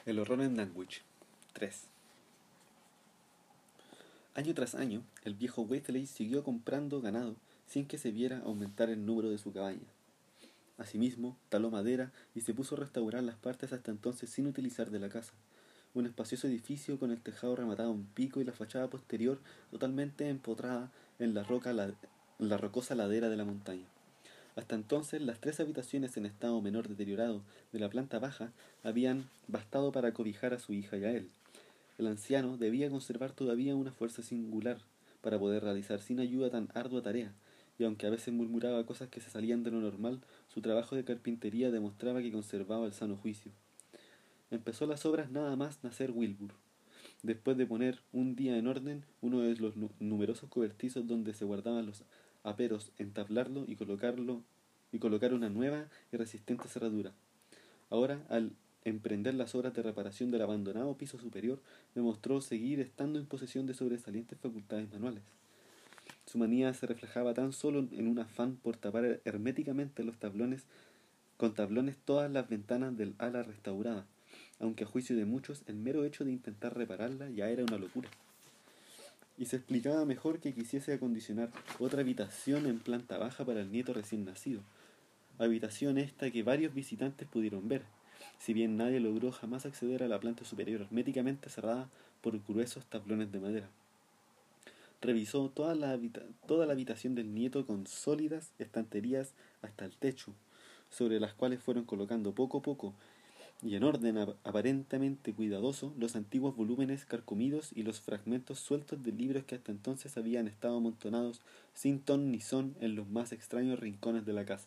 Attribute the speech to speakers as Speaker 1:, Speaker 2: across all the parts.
Speaker 1: El horror en Dunwich. 3. Año tras año, el viejo Watherley siguió comprando ganado sin que se viera aumentar el número de su cabaña. Asimismo, taló madera y se puso a restaurar las partes hasta entonces sin utilizar de la casa. Un espacioso edificio con el tejado rematado en pico y la fachada posterior totalmente empotrada en la rocosa ladera de la montaña. Hasta entonces, las 3 habitaciones en estado menor deteriorado de la planta baja habían bastado para cobijar a su hija y a él. El anciano debía conservar todavía una fuerza singular para poder realizar sin ayuda tan ardua tarea, y aunque a veces murmuraba cosas que se salían de lo normal, su trabajo de carpintería demostraba que conservaba el sano juicio. Empezó las obras nada más nacer Wilbur. Después de poner un día en orden uno de los numerosos cobertizos donde se guardaban los aperos, entablarlo y colocar una nueva y resistente cerradura. Ahora, al emprender las obras de reparación del abandonado piso superior, demostró seguir estando en posesión de sobresalientes facultades manuales. Su manía se reflejaba tan solo en un afán por tapar herméticamente los tablones con tablones todas las ventanas del ala restaurada, aunque a juicio de muchos el mero hecho de intentar repararla ya era una locura. Y se explicaba mejor que quisiese acondicionar otra habitación en planta baja para el nieto recién nacido, habitación esta que varios visitantes pudieron ver, si bien nadie logró jamás acceder a la planta superior herméticamente cerrada por gruesos tablones de madera. Revisó toda la habitación del nieto con sólidas estanterías hasta el techo, sobre las cuales fueron colocando poco a poco y en orden aparentemente cuidadoso los antiguos volúmenes carcomidos y los fragmentos sueltos de libros que hasta entonces habían estado amontonados sin ton ni son en los más extraños rincones de la casa.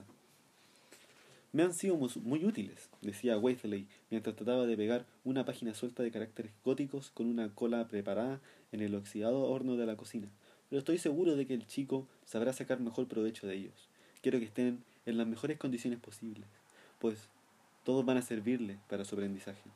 Speaker 1: Me han sido muy útiles, decía Watherley, mientras trataba de pegar una página suelta de caracteres góticos con una cola preparada en el oxidado horno de la cocina, pero estoy seguro de que el chico sabrá sacar mejor provecho de ellos. Quiero que estén en las mejores condiciones posibles, pues todos van a servirle para su aprendizaje.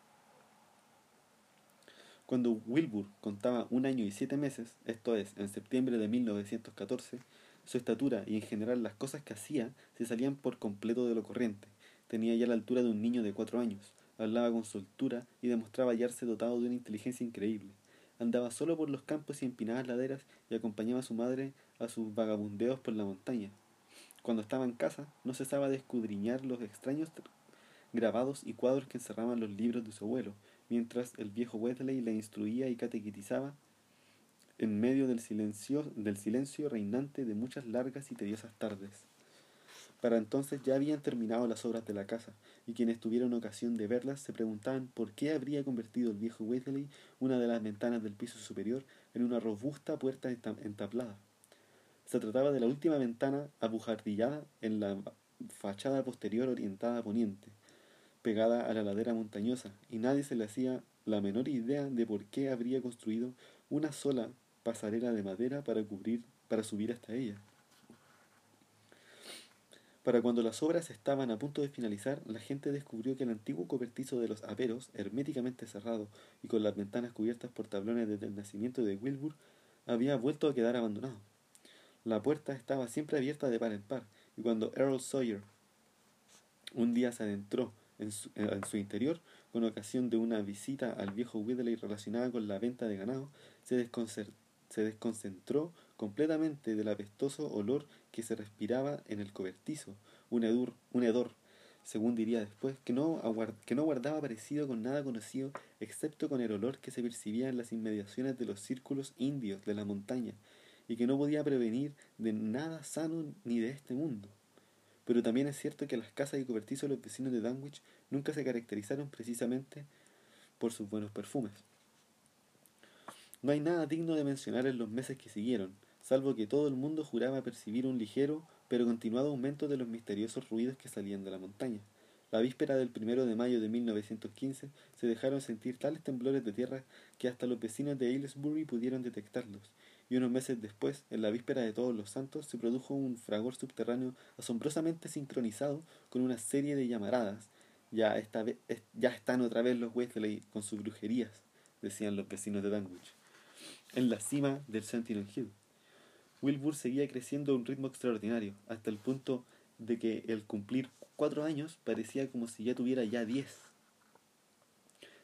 Speaker 1: Cuando Wilbur contaba 1 año y 7 meses, esto es, en septiembre de 1914, su estatura y en general las cosas que hacía se salían por completo de lo corriente. Tenía ya la altura de un niño de 4 años, hablaba con soltura y demostraba hallarse dotado de una inteligencia increíble. Andaba solo por los campos y empinadas laderas y acompañaba a su madre a sus vagabundeos por la montaña. Cuando estaba en casa, no cesaba de escudriñar los extraños grabados y cuadros que encerraban los libros de su abuelo, mientras el viejo Wesley le instruía y catequizaba en medio del silencio reinante de muchas largas y tediosas tardes. Para entonces ya habían terminado las obras de la casa, y quienes tuvieron ocasión de verlas se preguntaban por qué habría convertido el viejo Wesley una de las ventanas del piso superior en una robusta puerta entablada. Se trataba de la última ventana abujardillada en la fachada posterior orientada a poniente, pegada a la ladera montañosa, y nadie se le hacía la menor idea de por qué habría construido una sola pasarela de madera para subir hasta ella. Para cuando las obras estaban a punto de finalizar, la gente descubrió que el antiguo cobertizo de los aperos, herméticamente cerrado y con las ventanas cubiertas por tablones desde el nacimiento de Wilbur, había vuelto a quedar abandonado. La puerta estaba siempre abierta de par en par, y cuando Earl Sawyer un día se adentró en su interior, con ocasión de una visita al viejo Whitley relacionada con la venta de ganado, se desconcentró completamente del apestoso olor que se respiraba en el cobertizo, un hedor, según diría después, que no guardaba parecido con nada conocido, excepto con el olor que se percibía en las inmediaciones de los círculos indios de la montaña, y que no podía prevenir de nada sano ni de este mundo. Pero también es cierto que las casas y cobertizos de los vecinos de Dunwich nunca se caracterizaron precisamente por sus buenos perfumes. No hay nada digno de mencionar en los meses que siguieron, salvo que todo el mundo juraba percibir un ligero pero continuado aumento de los misteriosos ruidos que salían de la montaña. La víspera del 1 de mayo de 1915 se dejaron sentir tales temblores de tierra que hasta los vecinos de Aylesbury pudieron detectarlos, y unos meses después, en la víspera de Todos los Santos, se produjo un fragor subterráneo asombrosamente sincronizado con una serie de llamaradas. Ya están otra vez los Weasley con sus brujerías, decían los vecinos de Dunwich. En la cima del Sentinel Hill, Wilbur seguía creciendo a un ritmo extraordinario, hasta el punto de que el cumplir 4 años parecía como si ya tuviera ya 10.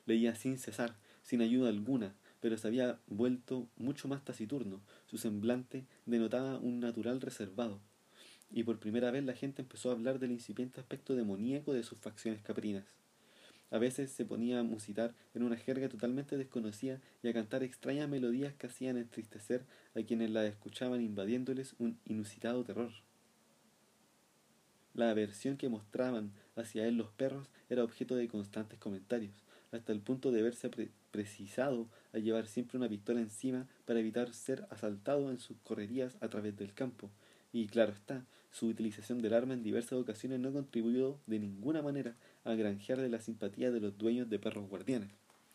Speaker 1: Leía sin cesar, sin ayuda alguna, pero se había vuelto mucho más taciturno. Su semblante denotaba un natural reservado, y por primera vez la gente empezó a hablar del incipiente aspecto demoníaco de sus facciones caprinas. A veces se ponía a musitar en una jerga totalmente desconocida y a cantar extrañas melodías que hacían entristecer a quienes la escuchaban, invadiéndoles un inusitado terror. La aversión que mostraban hacia él los perros era objeto de constantes comentarios, hasta el punto de verse precisado a llevar siempre una pistola encima para evitar ser asaltado en sus correrías a través del campo. Y claro está, su utilización del arma en diversas ocasiones no contribuyó de ninguna manera a granjearle la simpatía de los dueños de perros guardianes.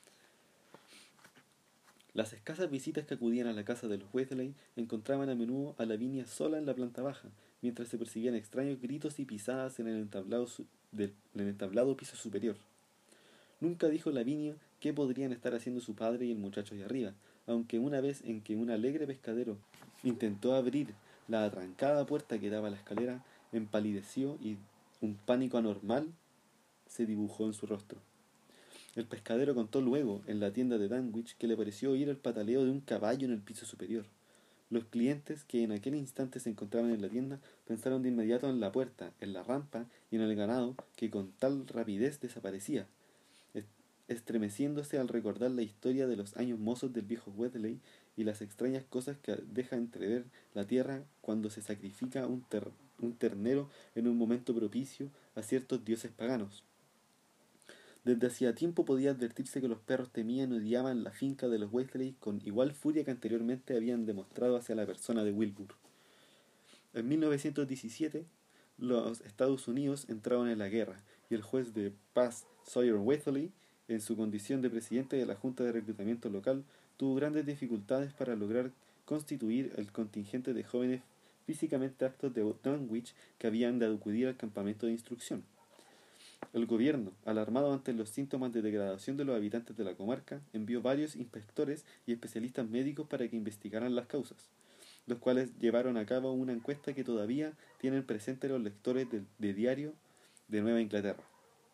Speaker 1: Las escasas visitas que acudían a la casa de los Weasley encontraban a menudo a Lavinia sola en la planta baja, mientras se percibían extraños gritos y pisadas en el entablado piso superior. Nunca dijo Lavinia qué podrían estar haciendo su padre y el muchacho allá arriba, aunque una vez en que un alegre pescadero intentó abrir la atrancada puerta que daba a la escalera, empalideció y un pánico anormal se dibujó en su rostro. El pescadero contó luego, en la tienda de Danwich, que le pareció oír el pataleo de un caballo en el piso superior. Los clientes que en aquel instante se encontraban en la tienda pensaron de inmediato en la puerta, en la rampa y en el ganado que con tal rapidez desaparecía, estremeciéndose al recordar la historia de los años mozos del viejo Weasley y las extrañas cosas que deja entrever la tierra cuando se sacrifica un ternero en un momento propicio a ciertos dioses paganos. Desde hacía tiempo podía advertirse que los perros temían y odiaban la finca de los Weasley con igual furia que anteriormente habían demostrado hacia la persona de Wilbur. En 1917, los Estados Unidos entraron en la guerra y el juez de paz Sawyer Weasley, en su condición de presidente de la Junta de Reclutamiento Local, tuvo grandes dificultades para lograr constituir el contingente de jóvenes físicamente aptos de Dunwich que habían de acudir al campamento de instrucción. El gobierno, alarmado ante los síntomas de degradación de los habitantes de la comarca, envió varios inspectores y especialistas médicos para que investigaran las causas, los cuales llevaron a cabo una encuesta que todavía tienen presente los lectores de diario de Nueva Inglaterra.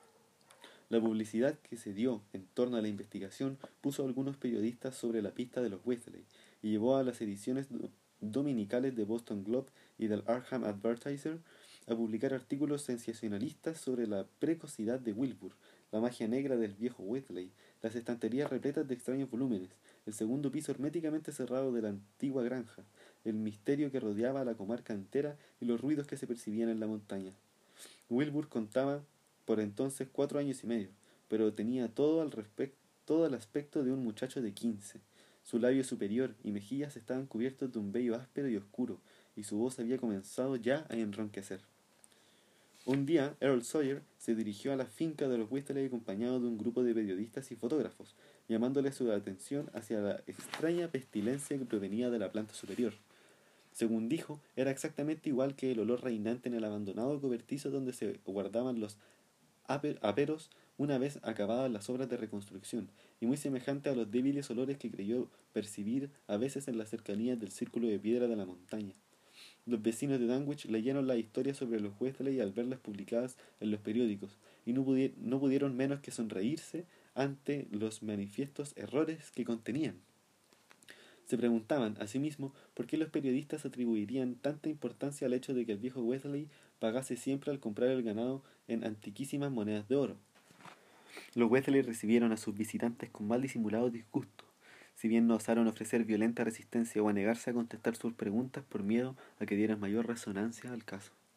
Speaker 1: La publicidad que se dio en torno a la investigación puso a algunos periodistas sobre la pista de los Weasley y llevó a las ediciones dominicales de Boston Globe y del Arkham Advertiser a publicar artículos sensacionalistas sobre la precocidad de Wilbur, la magia negra del viejo Weasley, las estanterías repletas de extraños volúmenes, el segundo piso herméticamente cerrado de la antigua granja, el misterio que rodeaba a la comarca entera y los ruidos que se percibían en la montaña. Wilbur contaba por entonces 4 años y medio, pero tenía todo el aspecto de un muchacho de 15. Su labio superior y mejillas estaban cubiertos de un vello áspero y oscuro, y su voz había comenzado ya a enronquecer. Un día, Earl Sawyer se dirigió a la finca de los Weasley acompañado de un grupo de periodistas y fotógrafos, llamándole su atención hacia la extraña pestilencia que provenía de la planta superior. Según dijo, era exactamente igual que el olor reinante en el abandonado cobertizo donde se guardaban los aperos una vez acabadas las obras de reconstrucción, y muy semejante a los débiles olores que creyó percibir a veces en las cercanías del círculo de piedra de la montaña. Los vecinos de Dunwich leyeron las historias sobre los Weasley al verlas publicadas en los periódicos, y no pudieron menos que sonreírse ante los manifiestos errores que contenían. Se preguntaban, asimismo, por qué los periodistas atribuirían tanta importancia al hecho de que el viejo Weasley pagase siempre al comprar el ganado en antiquísimas monedas de oro. Los Weasley recibieron a sus visitantes con mal disimulado disgusto, si bien no osaron ofrecer violenta resistencia o a negarse a contestar sus preguntas por miedo a que dieran mayor resonancia al caso.